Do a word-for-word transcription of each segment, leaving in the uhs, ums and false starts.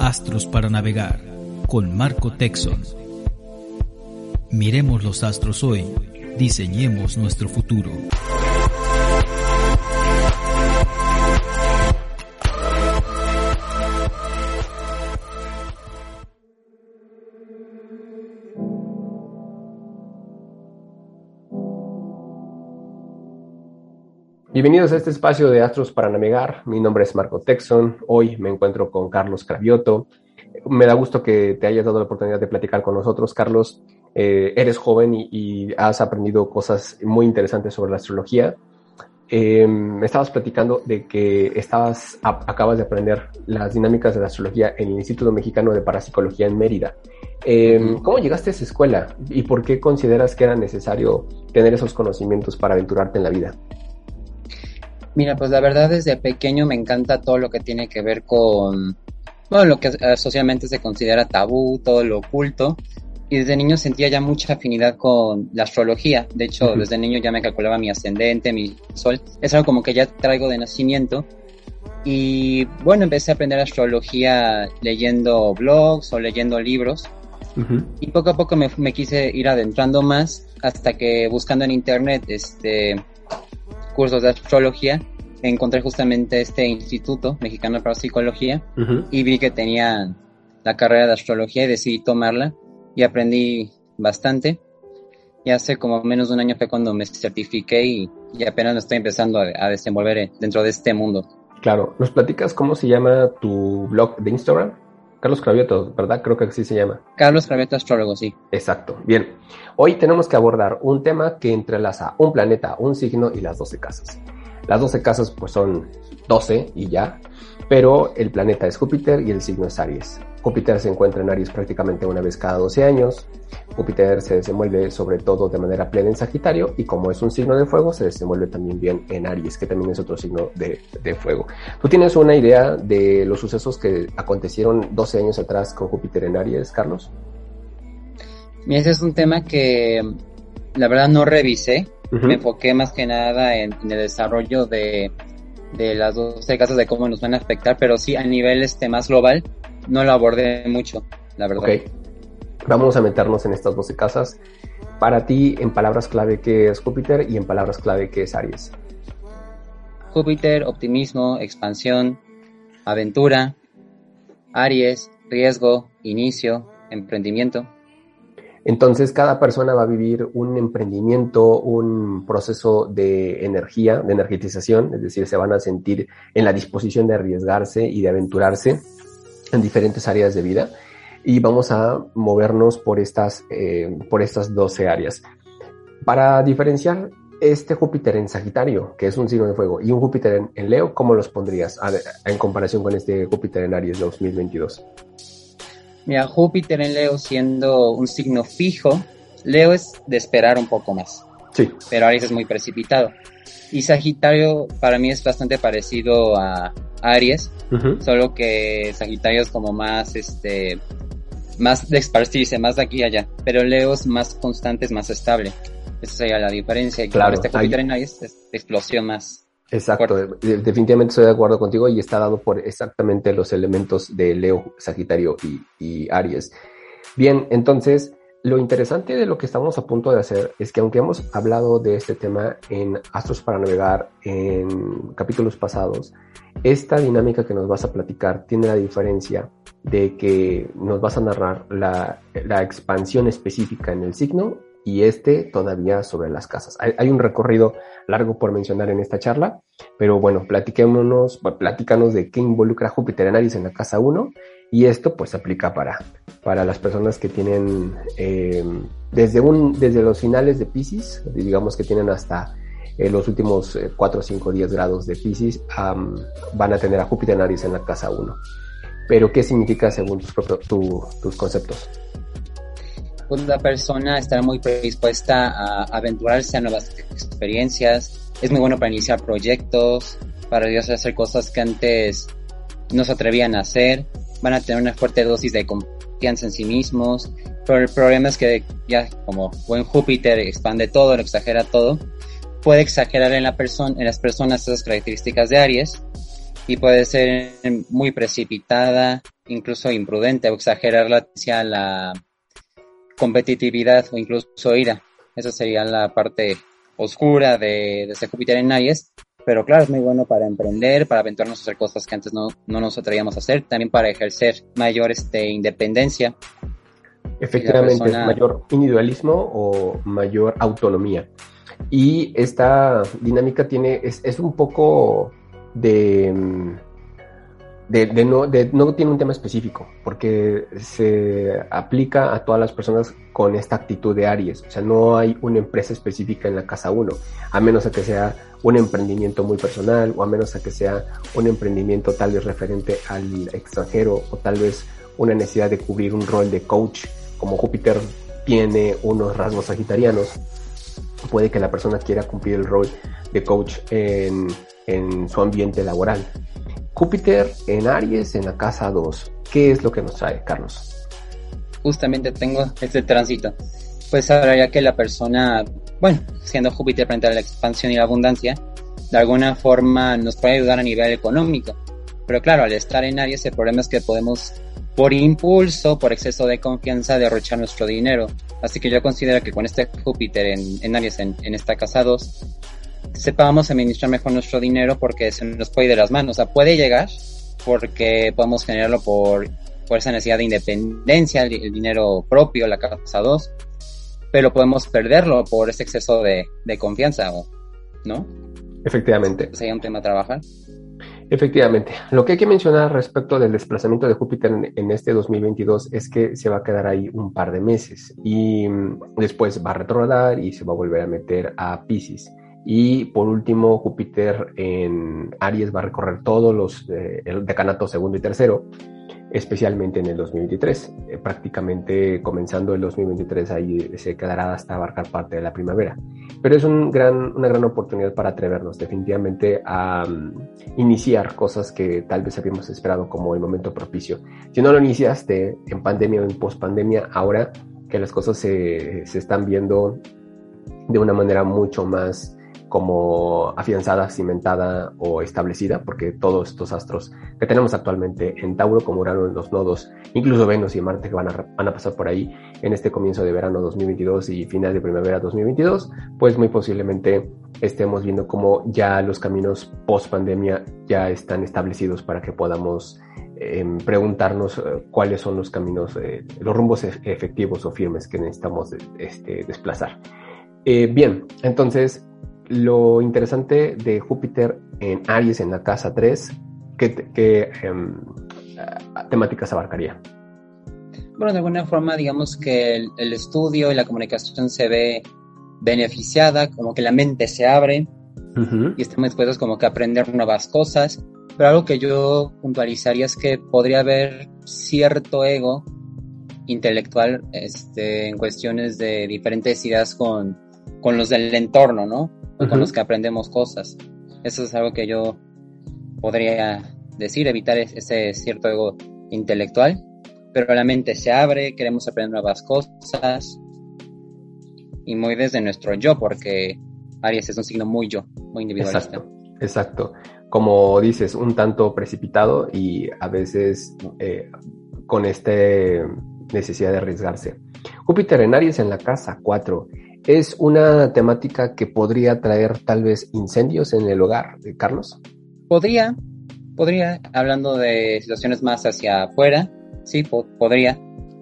Astros para navegar con Marco Texon. Miremos los astros hoy, diseñemos nuestro futuro. Bienvenidos a este espacio de Astros para Navegar. Mi nombre es Marco Texon. Hoy me encuentro con Carlos Cravioto. Me da gusto que te hayas dado la oportunidad de platicar con nosotros, Carlos. Eh, eres joven y, y has aprendido cosas muy interesantes sobre la astrología. Eh, me estabas platicando de que estabas, a, acabas de aprender las dinámicas de la astrología en el Instituto Mexicano de Parapsicología en Mérida. Eh, ¿Cómo llegaste a esa escuela y por qué consideras que era necesario tener esos conocimientos para aventurarte en la vida? Mira, pues la verdad desde pequeño me encanta todo lo que tiene que ver con, bueno, lo que eh, socialmente se considera tabú, todo lo oculto, y desde niño sentía ya mucha afinidad con la astrología. De hecho, uh-huh. desde niño ya me calculaba mi ascendente, mi sol, es algo como que ya traigo de nacimiento, y bueno, empecé a aprender astrología leyendo blogs o leyendo libros, uh-huh. y poco a poco me, me quise ir adentrando más, hasta que buscando en internet, este... cursos de astrología, encontré justamente este Instituto Mexicano de Parapsicología uh-huh. y vi que tenían la carrera de astrología y decidí tomarla y aprendí bastante. Y hace como menos de un año fue cuando me certifiqué y, y apenas me estoy empezando a, a desenvolver dentro de este mundo. Claro, ¿nos platicas cómo se llama tu blog de Instagram? Carlos Cravioto, ¿verdad? Creo que así se llama. Carlos Cravioto Astrólogo, sí. Exacto. Bien. Hoy tenemos que abordar un tema que entrelaza un planeta, un signo y las doce casas. Las doce casas pues son doce y ya, pero el planeta es Júpiter y el signo es Aries. Júpiter se encuentra en Aries prácticamente una vez cada doce años. Júpiter se desenvuelve sobre todo de manera plena en Sagitario y como es un signo de fuego, se desenvuelve también bien en Aries, que también es otro signo de, de fuego. ¿Tú tienes una idea de los sucesos que acontecieron doce años atrás con Júpiter en Aries, Carlos? Mira, ese es un tema que la verdad no revisé. Uh-huh. Me enfoqué más que nada en, en el desarrollo de, de las doce casas, de cómo nos van a afectar, pero sí a nivel este más global no lo abordé mucho, la verdad. Ok, vamos a meternos en estas doce casas. Para ti, en palabras clave, ¿qué es Júpiter? Y en palabras clave, ¿qué es Aries? Júpiter, optimismo, expansión, aventura. Aries, riesgo, inicio, emprendimiento. Entonces, cada persona va a vivir un emprendimiento, un proceso de energía, de energetización, es decir, se van a sentir en la disposición de arriesgarse y de aventurarse en diferentes áreas de vida y vamos a movernos por estas, eh, por estas doce áreas. Para diferenciar este Júpiter en Sagitario, que es un signo de fuego, y un Júpiter en, en Leo, ¿cómo los pondrías a, a, en comparación con este Júpiter en Aries de dos mil veintidós? Mira, Júpiter en Leo siendo un signo fijo, Leo es de esperar un poco más. Sí. Pero Aries es muy precipitado. Y Sagitario para mí es bastante parecido a Aries, uh-huh. solo que Sagitario es como más, este, más de esparcirse, más de aquí y allá. Pero Leo es más constante, es más estable. Esa sería la diferencia. Y claro, este Júpiter ahí... en Aries es de explosión más. Exacto, de, definitivamente estoy de acuerdo contigo y está dado por exactamente los elementos de Leo, Sagitario y, y Aries. Bien, entonces, lo interesante de lo que estamos a punto de hacer es que aunque hemos hablado de este tema en Astros para Navegar en capítulos pasados, esta dinámica que nos vas a platicar tiene la diferencia de que nos vas a narrar la, la expansión específica en el signo y este todavía sobre las casas. Hay, hay un recorrido largo por mencionar en esta charla, pero bueno, platiquémonos, platícanos de qué involucra Júpiter en Aries en la casa uno, y esto pues aplica para, para las personas que tienen eh, desde, un, desde los finales de Piscis, digamos que tienen hasta eh, los últimos eh, cuatro, cinco, diez grados de Piscis, um, van a tener a Júpiter en Aries en la casa uno. Pero ¿qué significa según tus, propios, tu, tus conceptos? Pues la persona estará muy predispuesta a aventurarse a nuevas experiencias. Es muy bueno para iniciar proyectos, para hacer cosas que antes no se atrevían a hacer. Van a tener una fuerte dosis de confianza en sí mismos. Pero el problema es que ya como buen Júpiter expande todo, lo exagera todo, puede exagerar en la persona, en las personas esas características de Aries y puede ser muy precipitada, incluso imprudente o exagerarla hacia la competitividad o incluso ira. Esa sería la parte oscura de, de este Júpiter en Aries. Pero claro, es muy bueno para emprender, para aventurarnos a hacer cosas que antes no, no nos atrevíamos a hacer, también para ejercer mayor este, independencia. Efectivamente, persona... mayor individualismo o mayor autonomía. Y esta dinámica tiene, es, es un poco de, de, de, no, de no tiene un tema específico, porque se aplica a todas las personas con esta actitud de Aries. O sea, no hay una empresa específica en la casa uno, a menos a que sea un emprendimiento muy personal o a menos a que sea un emprendimiento tal vez referente al extranjero o tal vez una necesidad de cubrir un rol de coach, como Júpiter tiene unos rasgos sagitarianos. Puede que la persona quiera cumplir el rol de coach en, en su ambiente laboral. Júpiter en Aries en la casa dos. ¿Qué es lo que nos trae, Carlos? Justamente tengo este tránsito. Pues hablaría que la persona, bueno, siendo Júpiter frente a la expansión y la abundancia, de alguna forma nos puede ayudar a nivel económico. Pero claro, al estar en Aries, el problema es que podemos, por impulso, por exceso de confianza, derrochar nuestro dinero. Así que yo considero que con este Júpiter en, en Aries, en, en esta casa dos, sepamos administrar mejor nuestro dinero porque se nos puede ir de las manos. O sea, puede llegar porque podemos generarlo por, por esa necesidad de independencia, el, el dinero propio, la casa dos, pero podemos perderlo por ese exceso de, de confianza, ¿no? Efectivamente. Sería un tema a trabajar. Efectivamente. Lo que hay que mencionar respecto del desplazamiento de Júpiter en, en este dos mil veintidós es que se va a quedar ahí un par de meses y um, después va a retrogradar y se va a volver a meter a Piscis. Y por último, Júpiter en Aries va a recorrer todos los eh, el decanato segundo y tercero, especialmente en el dos mil veintitrés. Eh, prácticamente comenzando el dos mil veintitrés ahí se quedará hasta abarcar parte de la primavera. Pero es un gran, una gran oportunidad para atrevernos definitivamente a um, iniciar cosas que tal vez habíamos esperado como el momento propicio. Si no lo iniciaste en pandemia o en pospandemia, ahora que las cosas se, se están viendo de una manera mucho más como afianzada, cimentada o establecida, porque todos estos astros que tenemos actualmente en Tauro, como Urano en los nodos, incluso Venus y Marte que van a, van a pasar por ahí en este comienzo de verano dos mil veintidós y final de primavera dos mil veintidós, pues muy posiblemente estemos viendo cómo ya los caminos post pandemia ya están establecidos para que podamos eh, preguntarnos eh, cuáles son los caminos, eh, los rumbos e- efectivos o firmes que necesitamos este, desplazar. Eh, bien, entonces lo interesante de Júpiter en Aries en la casa tres, ¿qué, qué um, temáticas abarcaría? Bueno, de alguna forma digamos que el, el estudio y la comunicación se ve beneficiada, como que la mente se abre uh-huh. y estamos dispuestos como que a aprender nuevas cosas, pero algo que yo puntualizaría es que podría haber cierto ego intelectual este, en cuestiones de diferentes ideas con, con los del entorno, ¿no? Uh-huh. Con los que aprendemos cosas. Eso es algo que yo podría decir, evitar ese cierto ego intelectual, pero la mente se abre, queremos aprender nuevas cosas y muy desde nuestro yo, porque Aries es un signo muy yo, muy individualista. Exacto, exacto. Como dices, un tanto precipitado y a veces eh, con esta necesidad de arriesgarse. Júpiter en Aries en la casa cuatro. ¿Es una temática que podría traer tal vez incendios en el hogar, Carlos? Podría, podría, hablando de situaciones más hacia afuera, sí, po- podría,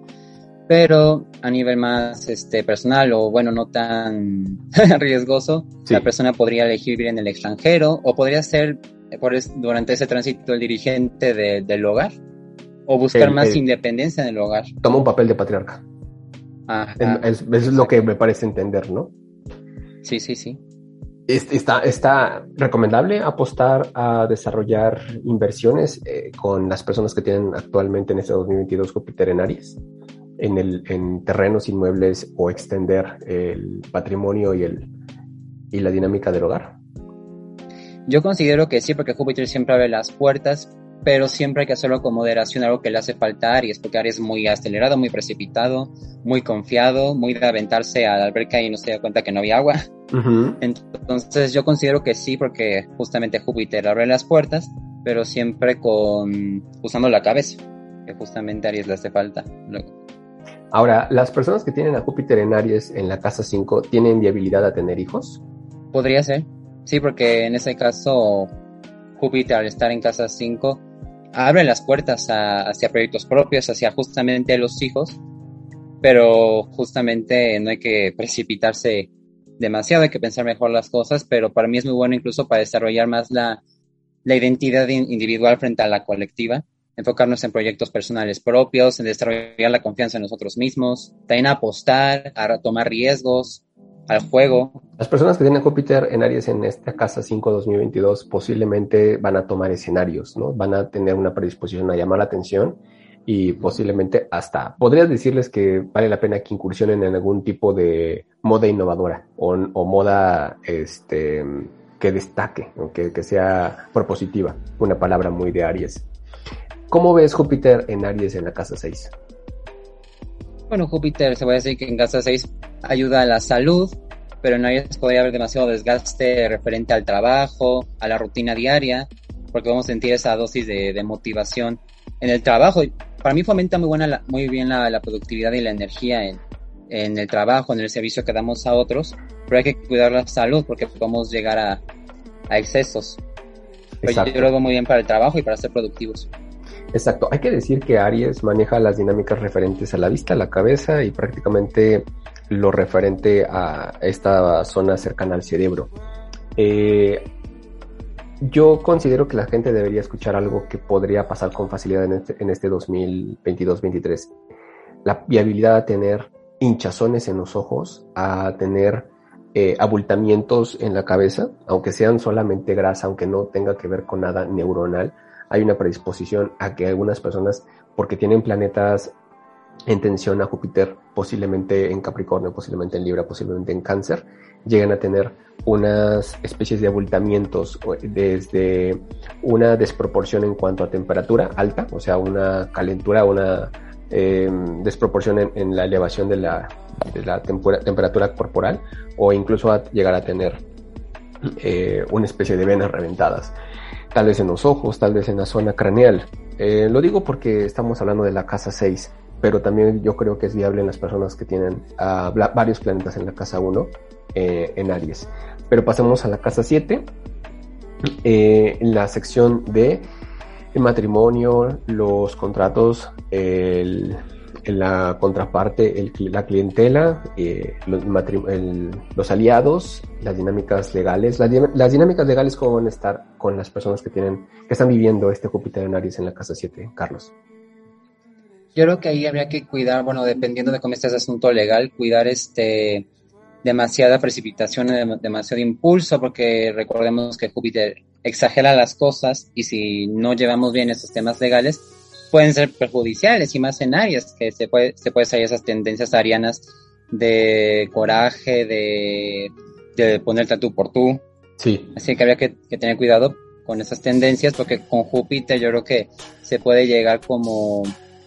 pero a nivel más este, personal o bueno, no tan riesgoso, sí. La persona podría elegir vivir en el extranjero o podría ser por es, durante ese tránsito el dirigente de, del hogar o buscar el, más el, independencia en el hogar. Toma un papel de patriarca. Ajá, es, es, es lo que me parece entender, ¿no? Sí, sí, sí. Está, está recomendable apostar a desarrollar inversiones eh, con las personas que tienen actualmente en este dos mil veintidós Júpiter en Aries, en, el, en terrenos inmuebles o extender el patrimonio y, el, y la dinámica del hogar. Yo considero que sí, porque Júpiter siempre abre las puertas, pero siempre hay que hacerlo con moderación, algo que le hace falta a Aries, porque Aries es muy acelerado, muy precipitado, muy confiado, muy de aventarse a la alberca y no se da cuenta que no había agua. Uh-huh. Entonces yo considero que sí, porque justamente Júpiter abre las puertas, pero siempre con usando la cabeza. que justamente a Aries le hace falta luego. Ahora, ¿las personas que tienen a Júpiter en Aries en la casa cinco tienen viabilidad a tener hijos? Podría ser, sí, porque en ese caso Júpiter al estar en casa cinco abre las puertas a, hacia proyectos propios, hacia justamente los hijos, pero justamente no hay que precipitarse demasiado, hay que pensar mejor las cosas, pero para mí es muy bueno incluso para desarrollar más la, la identidad individual frente a la colectiva, enfocarnos en proyectos personales propios, en desarrollar la confianza en nosotros mismos, también apostar, a tomar riesgos, al juego. Las personas que tienen Júpiter en Aries en esta casa cinco dos mil veintidós posiblemente van a tomar escenarios, ¿no? Van a tener una predisposición a llamar la atención y posiblemente hasta, podrías decirles que vale la pena que incursionen en algún tipo de moda innovadora o, o moda este, que destaque, ¿no? que, que sea propositiva, una palabra muy de Aries. ¿Cómo ves Júpiter en Aries en la casa seis? Bueno, Júpiter se puede decir que en casa seis ayuda a la salud, pero en Aries podría haber demasiado desgaste referente al trabajo, a la rutina diaria, porque vamos a sentir esa dosis de, de motivación en el trabajo. Para mí fomenta muy buena la, muy bien la, la productividad y la energía en, en el trabajo, en el servicio que damos a otros, pero hay que cuidar la salud porque podemos llegar a, a excesos. Pero yo lo veo muy bien para el trabajo y para ser productivos. Exacto, hay que decir que Aries maneja las dinámicas referentes a la vista, a la cabeza y prácticamente lo referente a esta zona cercana al cerebro. Eh, yo considero que la gente debería escuchar algo que podría pasar con facilidad en este, en este dos mil veintidós veintitrés. La viabilidad a tener hinchazones en los ojos, a tener eh, abultamientos en la cabeza, aunque sean solamente grasa, aunque no tenga que ver con nada neuronal. Hay una predisposición a que algunas personas, porque tienen planetas en tensión a Júpiter, posiblemente en Capricornio, posiblemente en Libra, posiblemente en Cáncer, lleguen a tener unas especies de abultamientos desde una desproporción en cuanto a temperatura alta, o sea, una calentura, una eh, desproporción en, en la elevación de la, de la tempura, temperatura corporal, o incluso a llegar a tener eh, una especie de venas reventadas. Tal vez en los ojos, tal vez en la zona craneal. Eh, lo digo porque estamos hablando de la casa seis, pero también yo creo que es viable en las personas que tienen uh, bla- varios planetas en la casa uno, eh, en Aries. Pero pasemos a la casa siete, eh, en la sección de el matrimonio, los contratos, el... en la contraparte, el, la clientela, eh, los, matrim- el, los aliados, las dinámicas legales. Las, las dinámicas legales, ¿cómo van a estar con las personas que tienen, que están viviendo este Júpiter en Aries en la casa siete, Carlos? Yo creo que ahí habría que cuidar, bueno, dependiendo de cómo esté ese asunto legal, cuidar este demasiada precipitación, demasiado impulso, porque recordemos que Júpiter exagera las cosas y si no llevamos bien esos temas legales, pueden ser perjudiciales, y más en Aries, que se puede, se puede salir esas tendencias arianas de coraje, de, de ponerte a tú por tú. Sí. Así que habría que, que tener cuidado con esas tendencias, porque con Júpiter yo creo que se puede llegar como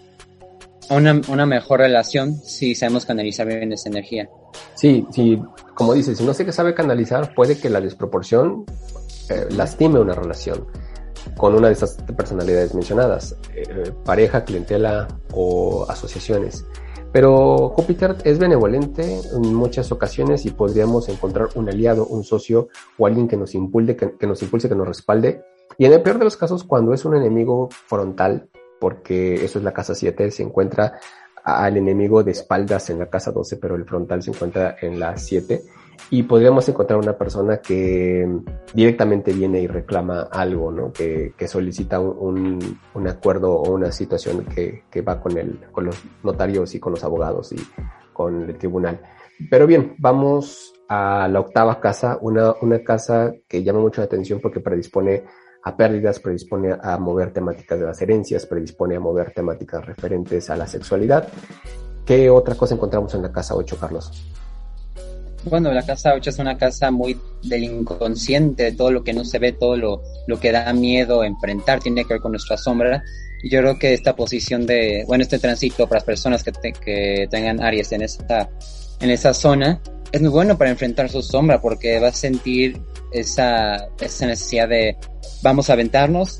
a una, una mejor relación si sabemos canalizar bien esa energía. Sí, sí, como dices, si no se sabe canalizar, puede que la desproporción eh, lastime una relación con una de estas personalidades mencionadas, eh, pareja, clientela o asociaciones. Pero Júpiter es benevolente en muchas ocasiones y podríamos encontrar un aliado, un socio o alguien que nos impulse, que, que nos impulse, que nos respalde. Y en el peor de los casos, cuando es un enemigo frontal, porque eso es la casa siete, se encuentra al enemigo de espaldas en la casa doce, pero el frontal se encuentra en la siete. Y podríamos encontrar una persona que directamente viene y reclama algo, ¿no? Que, que solicita un, un acuerdo o una situación que, que va con, el, con los notarios y con los abogados y con el tribunal. Pero bien, vamos a la octava casa, una, una casa que llama mucho la atención porque predispone a pérdidas, predispone a mover temáticas de las herencias, predispone a mover temáticas referentes a la sexualidad. ¿Qué otra cosa encontramos en la casa ocho, Carlos? Bueno, la casa ocho es una casa muy del inconsciente, de todo lo que no se ve, todo lo, lo que da miedo enfrentar, tiene que ver con nuestra sombra. Y yo creo que esta posición de, bueno, este tránsito para las personas que, te, que tengan Aries en esta, en esa zona, es muy bueno para enfrentar su sombra, porque va a sentir esa, esa necesidad de, vamos a aventarnos,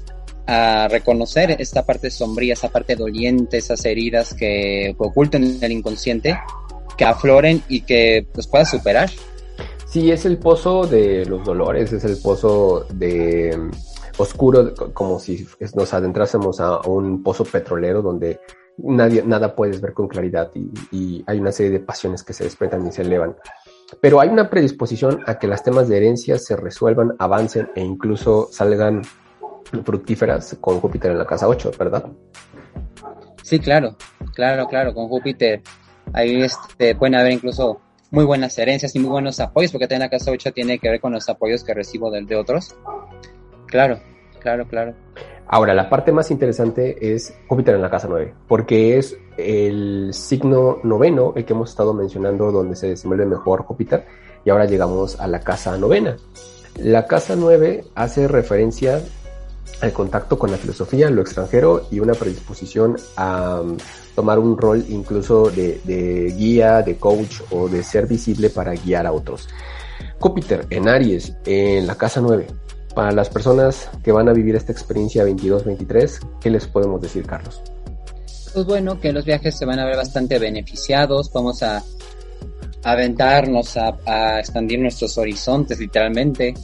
a reconocer esta parte sombría, esa parte doliente, esas heridas que ocultan en el inconsciente, que afloren y que pues pueda superar. Sí, es el pozo de los dolores, es el pozo de um, oscuro, como si nos adentrásemos a un pozo petrolero donde nadie, nada puedes ver con claridad y, y hay una serie de pasiones que se desprenden y se elevan. Pero hay una predisposición a que las temas de herencia se resuelvan, avancen e incluso salgan fructíferas con Júpiter en la casa ocho, ¿verdad? Sí, claro, claro, claro, con Júpiter ahí este, pueden haber incluso muy buenas herencias y muy buenos apoyos, porque también la casa ocho tiene que ver con los apoyos que recibo de, de otros. Claro, claro, claro. Ahora, la parte más interesante es Júpiter en la casa nueve, porque es el signo noveno, el que hemos estado mencionando, donde se desenvuelve mejor Júpiter, y ahora llegamos a la casa novena. La casa nueve hace referencia al contacto con la filosofía, lo extranjero y una predisposición a um, tomar un rol incluso de, de guía, de coach o de ser visible para guiar a otros. Júpiter en Aries, en la casa nueve. Para las personas que van a vivir esta experiencia veintidós veintitrés, ¿qué les podemos decir, Carlos? Pues bueno, que los viajes se van a ver bastante beneficiados, vamos a aventarnos, a, a expandir nuestros horizontes literalmente,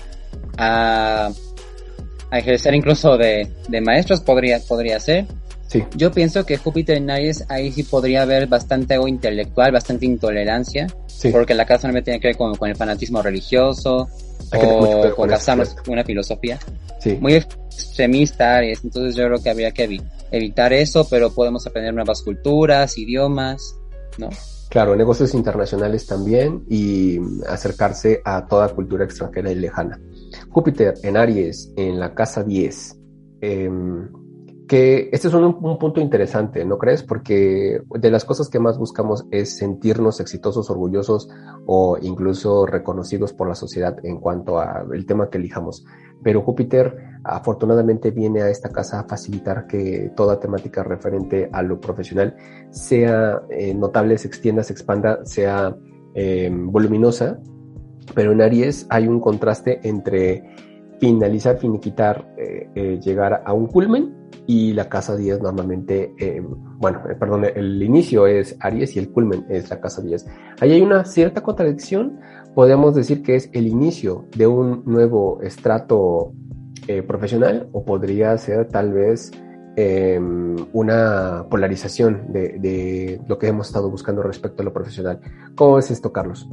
a, a ejercer incluso de, de maestros podría, podría ser. Sí. Yo pienso que Júpiter en Aries ahí sí podría haber bastante ego intelectual, bastante intolerancia, sí. Porque la casa no tiene que ver con, con el fanatismo religioso, Hay o con casarnos con una filosofía sí. muy extremista, Aries. Entonces yo creo que habría que evi- evitar eso, pero podemos aprender nuevas culturas, idiomas, ¿no? Claro, negocios internacionales también y acercarse a toda cultura extranjera y lejana. Júpiter en Aries, en la casa diez. Eh, que este es un, un punto interesante, ¿no crees? Porque de las cosas que más buscamos es sentirnos exitosos, orgullosos o incluso reconocidos por la sociedad en cuanto al tema que elijamos. Pero Júpiter afortunadamente viene a esta casa a facilitar que toda temática referente a lo profesional sea eh, notable, se extienda, se expanda, sea eh, voluminosa. Pero en Aries hay un contraste entre finalizar, finiquitar, eh, eh, llegar a un culmen, y la casa diez normalmente, eh, bueno, eh, perdón, el inicio es Aries y el culmen es la casa diez. Ahí hay una cierta contradicción, podemos decir que es el inicio de un nuevo estrato eh, profesional, o podría ser tal vez eh, una polarización de, de lo que hemos estado buscando respecto a lo profesional. ¿Cómo es esto, Carlos?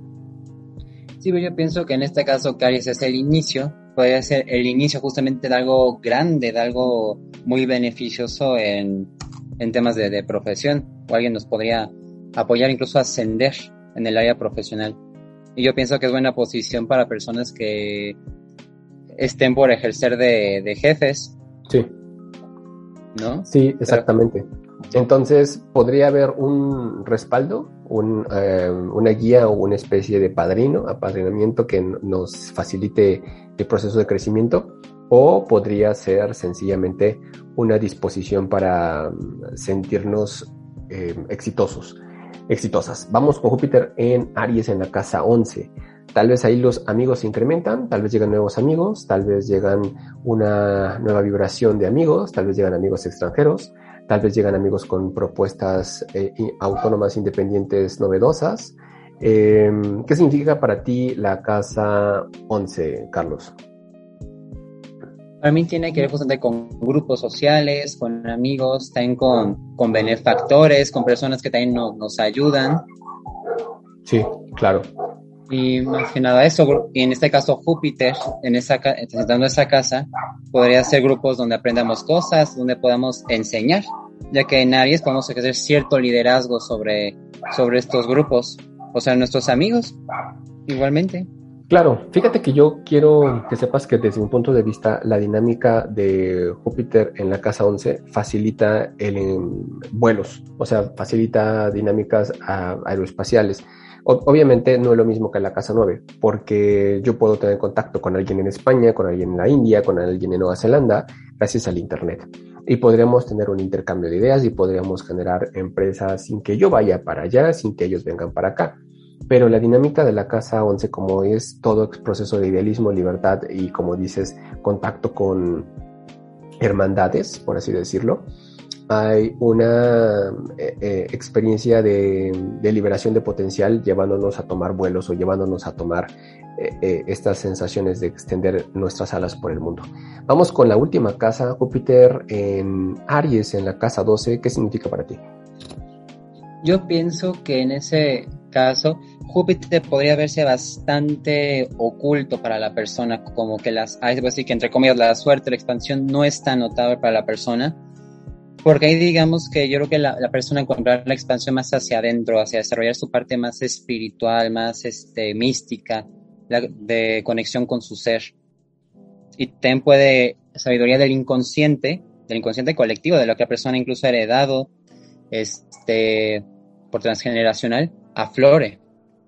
Sí, yo pienso que en este caso que Aries es el inicio, podría ser el inicio justamente de algo grande, de algo muy beneficioso en, en temas de, de profesión, o alguien nos podría apoyar incluso a ascender en el área profesional. Y yo pienso que es buena posición para personas que estén por ejercer de, de jefes. Sí. ¿No? Sí, exactamente. Pero, entonces, ¿podría haber un respaldo, un, eh, una guía o una especie de padrino, apadrinamiento que nos facilite el proceso de crecimiento? ¿O podría ser sencillamente una disposición para sentirnos eh, exitosos, exitosas? Vamos con Júpiter en Aries en la casa once. Tal vez ahí los amigos se incrementan, tal vez llegan nuevos amigos, tal vez llegan una nueva vibración de amigos, tal vez llegan amigos extranjeros, tal vez llegan amigos con propuestas eh, autónomas, independientes, novedosas. Eh, ¿Qué significa para ti la casa once, Carlos? Para mí tiene que ver justamente con grupos sociales, con amigos, también con, con benefactores, con personas que también no, nos ayudan. Sí, claro. Y más que nada eso, y en este caso Júpiter, en esa, dando esa casa, podría ser grupos donde aprendamos cosas, donde podamos enseñar, ya que en Aries podemos ejercer cierto liderazgo sobre, sobre estos grupos, o sea, nuestros amigos, igualmente. Claro, fíjate que yo quiero que sepas que desde un punto de vista la dinámica de Júpiter en la casa once facilita el en vuelos, o sea, facilita dinámicas a, aeroespaciales. Obviamente no es lo mismo que la casa nueve, porque yo puedo tener contacto con alguien en España, con alguien en la India, con alguien en Nueva Zelanda, gracias al internet. Y podríamos tener un intercambio de ideas y podríamos generar empresas sin que yo vaya para allá, sin que ellos vengan para acá. Pero la dinámica de la casa once, como es todo proceso de idealismo, libertad y, como dices, contacto con hermandades, por así decirlo. Hay una eh, eh, experiencia de, de liberación de potencial llevándonos a tomar vuelos o llevándonos a tomar eh, eh, estas sensaciones de extender nuestras alas por el mundo. Vamos con la última casa, Júpiter en Aries, en la casa doce. ¿Qué significa para ti? Yo pienso que en ese caso Júpiter podría verse bastante oculto para la persona, como que las, así que entre comillas la suerte, la expansión no es tan notable para la persona. Porque ahí digamos que yo creo que la, la persona encontrará la expansión más hacia adentro, hacia desarrollar su parte más espiritual, más este mística, la, de conexión con su ser. Y también puede, sabiduría del inconsciente, del inconsciente colectivo, de lo que la persona incluso ha heredado, este, por transgeneracional, aflore.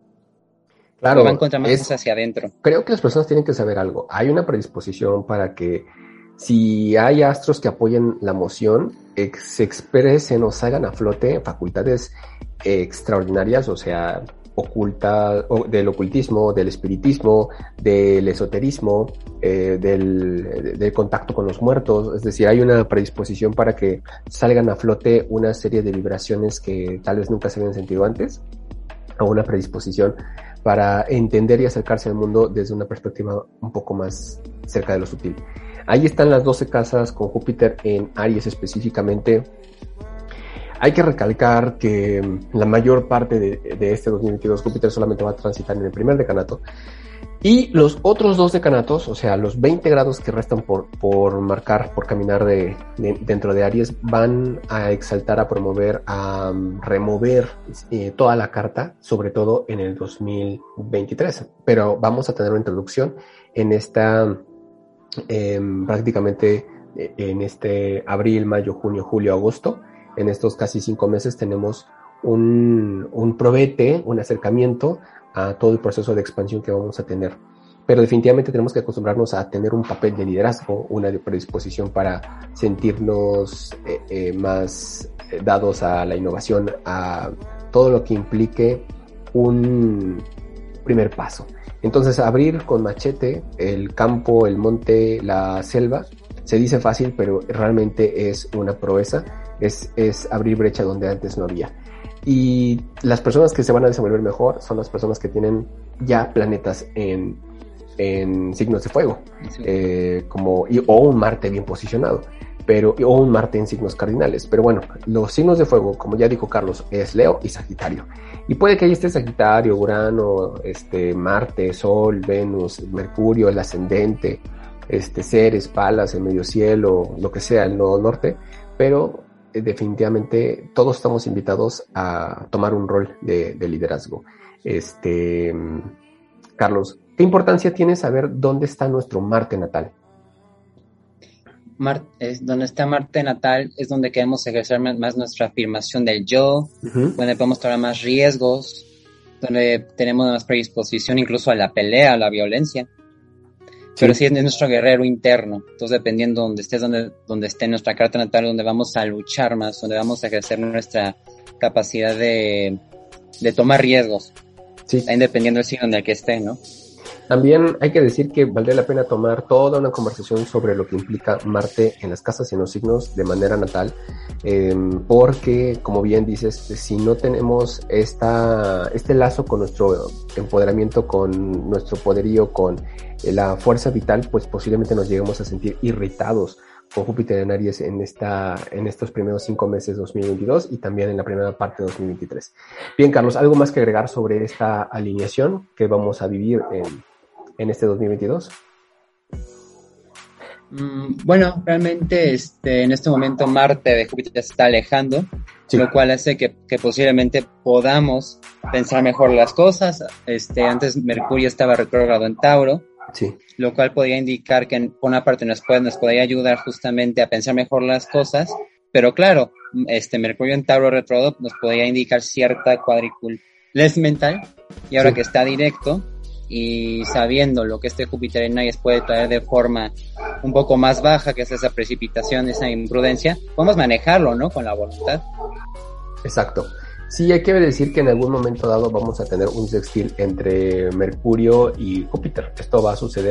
Claro, va a encontrar más es, hacia adentro. Creo que las personas tienen que saber algo. Hay una predisposición para que si hay astros que apoyen la moción, ex, se expresen o salgan a flote facultades eh, extraordinarias, o sea, oculta, o del ocultismo, del espiritismo, del esoterismo, eh, del, del contacto con los muertos. Es decir, hay una predisposición para que salgan a flote una serie de vibraciones que tal vez nunca se habían sentido antes, o una predisposición para entender y acercarse al mundo desde una perspectiva un poco más cerca de lo sutil. Ahí están las doce casas con Júpiter en Aries específicamente. Hay que recalcar que la mayor parte de, de este dos mil veintidós Júpiter solamente va a transitar en el primer decanato. Y los otros dos decanatos, o sea, los veinte grados que restan por, por marcar, por caminar de, de, dentro de Aries, van a exaltar, a promover, a um, remover eh, toda la carta, sobre todo en el dos mil veintitrés. Pero vamos a tener una introducción en esta... Eh, prácticamente eh, en este abril, mayo, junio, julio, agosto, en estos casi cinco meses tenemos un, un probete, un acercamiento a todo el proceso de expansión que vamos a tener. Pero definitivamente tenemos que acostumbrarnos a tener un papel de liderazgo, una predisposición para sentirnos eh, eh, más dados a la innovación, a todo lo que implique un primer paso. Entonces, abrir con machete el campo, el monte, la selva, se dice fácil, pero realmente es una proeza, es, es abrir brecha donde antes no había. Y las personas que se van a desenvolver mejor son las personas que tienen ya planetas en, en signos de fuego, sí. eh, como, y, o un Marte bien posicionado, pero, o un Marte en signos cardinales. Pero bueno, los signos de fuego, como ya dijo Carlos, es Leo y Sagitario. Y puede que ahí esté Sagitario, Urano, este, Marte, Sol, Venus, Mercurio, el ascendente, este, Ceres, Palas, el medio cielo, lo que sea, el nodo norte, pero eh, definitivamente todos estamos invitados a tomar un rol de, de liderazgo. Este, Carlos, ¿qué importancia tiene saber dónde está nuestro Marte natal? Marte, es donde está Marte natal, es donde queremos ejercer más nuestra afirmación del yo, uh-huh. donde podemos tomar más riesgos, donde tenemos más predisposición incluso a la pelea, a la violencia. Sí. Pero sí es nuestro guerrero interno. Entonces, dependiendo donde estés, donde, donde esté nuestra carta natal, donde vamos a luchar más, donde vamos a ejercer nuestra capacidad de, de tomar riesgos. Sí. También dependiendo del signo en el que esté, ¿no? También hay que decir que valdría la pena tomar toda una conversación sobre lo que implica Marte en las casas y en los signos de manera natal, eh, porque, como bien dices, si no tenemos esta, este lazo con nuestro empoderamiento, con nuestro poderío, con la fuerza vital, pues posiblemente nos lleguemos a sentir irritados con Júpiter en Aries en, esta, en estos primeros cinco meses de dos mil veintidós y también en la primera parte de dos mil veintitrés. Bien, Carlos, ¿algo más que agregar sobre esta alineación que vamos a vivir en en este dos mil veintidós? Mm, bueno, realmente este, en este momento Marte de Júpiter se está alejando, sí. Lo cual hace que, que posiblemente podamos pensar mejor las cosas. Este, antes Mercurio estaba retrógrado en Tauro, sí. Lo cual podría indicar que por una parte nos, puede, nos podría ayudar justamente a pensar mejor las cosas, pero claro, este Mercurio en Tauro retrógrado nos podría indicar cierta cuadriculez mental, y ahora sí. Que está directo, y sabiendo lo que este Júpiter en Aries puede traer de forma un poco más baja, que es esa precipitación, esa imprudencia, podemos manejarlo, ¿no? Con la voluntad. Exacto. Sí, hay que decir que en algún momento dado vamos a tener un sextil entre Mercurio y Júpiter. Esto va a suceder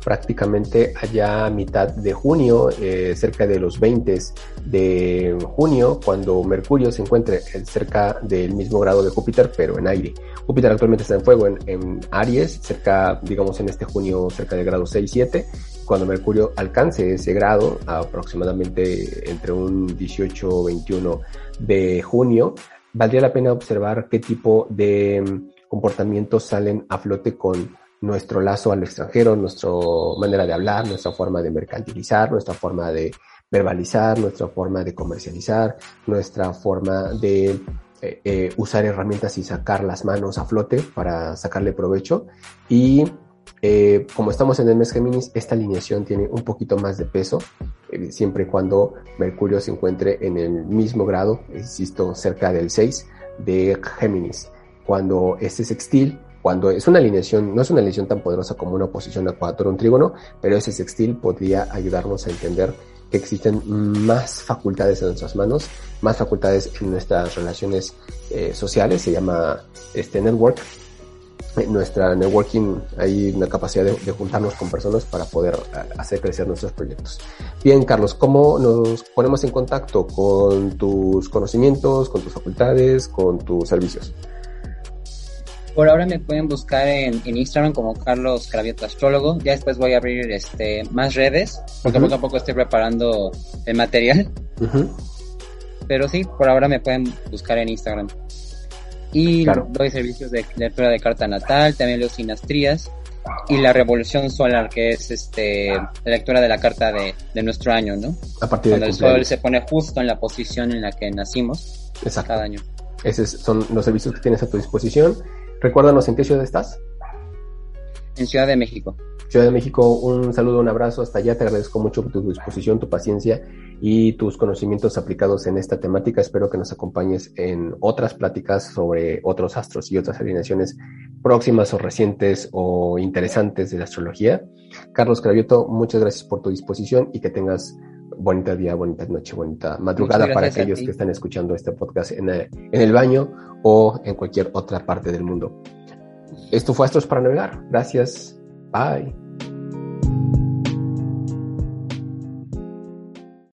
prácticamente allá a mitad de junio, eh, cerca de los veinte de junio, cuando Mercurio se encuentre cerca del mismo grado de Júpiter, pero en aire. Júpiter actualmente está en fuego en, en Aries, cerca, digamos en este junio, cerca del grado seis siete. Cuando Mercurio alcance ese grado, aproximadamente entre un dieciocho veintiuno de junio, valdría la pena observar qué tipo de comportamientos salen a flote con nuestro lazo al extranjero, nuestra manera de hablar, nuestra forma de mercantilizar, nuestra forma de verbalizar, nuestra forma de comercializar, nuestra forma de eh, eh, usar herramientas y sacar las manos a flote para sacarle provecho. Y eh, como estamos en el mes Géminis, esta alineación tiene un poquito más de peso, eh, siempre y cuando Mercurio se encuentre en el mismo grado, insisto, cerca del seis de Géminis. Cuando este sextil, cuando es una alineación, no es una alineación tan poderosa como una oposición a cuatro o un trígono, pero ese sextil podría ayudarnos a entender que existen más facultades en nuestras manos, más facultades en nuestras relaciones eh, sociales, se llama este network. En nuestra networking hay una capacidad de, de juntarnos con personas para poder hacer crecer nuestros proyectos. Bien, Carlos, ¿cómo nos ponemos en contacto con tus conocimientos, con tus facultades, con tus servicios? Por ahora me pueden buscar en, en Instagram como Carlos Cravioto Astrólogo. Ya después voy a abrir este más redes, porque uh-huh. poco a poco estoy preparando el material. Uh-huh. Pero sí, por ahora me pueden buscar en Instagram. Y claro. doy servicios de lectura de carta natal, también leo sinastrías y la revolución solar, que es este la lectura de la carta de, de nuestro año, ¿no? A partir Cuando de el sol se pone justo en la posición en la que nacimos. Exacto. Cada año. Esos son los servicios que tienes a tu disposición. Recuérdanos en qué ciudad estás. En Ciudad de México. Ciudad de México, un saludo, un abrazo hasta allá. Te agradezco mucho tu disposición, tu paciencia y tus conocimientos aplicados en esta temática. Espero que nos acompañes en otras pláticas sobre otros astros y otras alineaciones próximas o recientes o interesantes de la astrología. Carlos Cravioto, muchas gracias por tu disposición y que tengas bonita día, bonita noche, bonita madrugada para aquellos que están escuchando este podcast en el, en el baño o en cualquier otra parte del mundo. Esto fue Astros para Navegar. Gracias. Bye.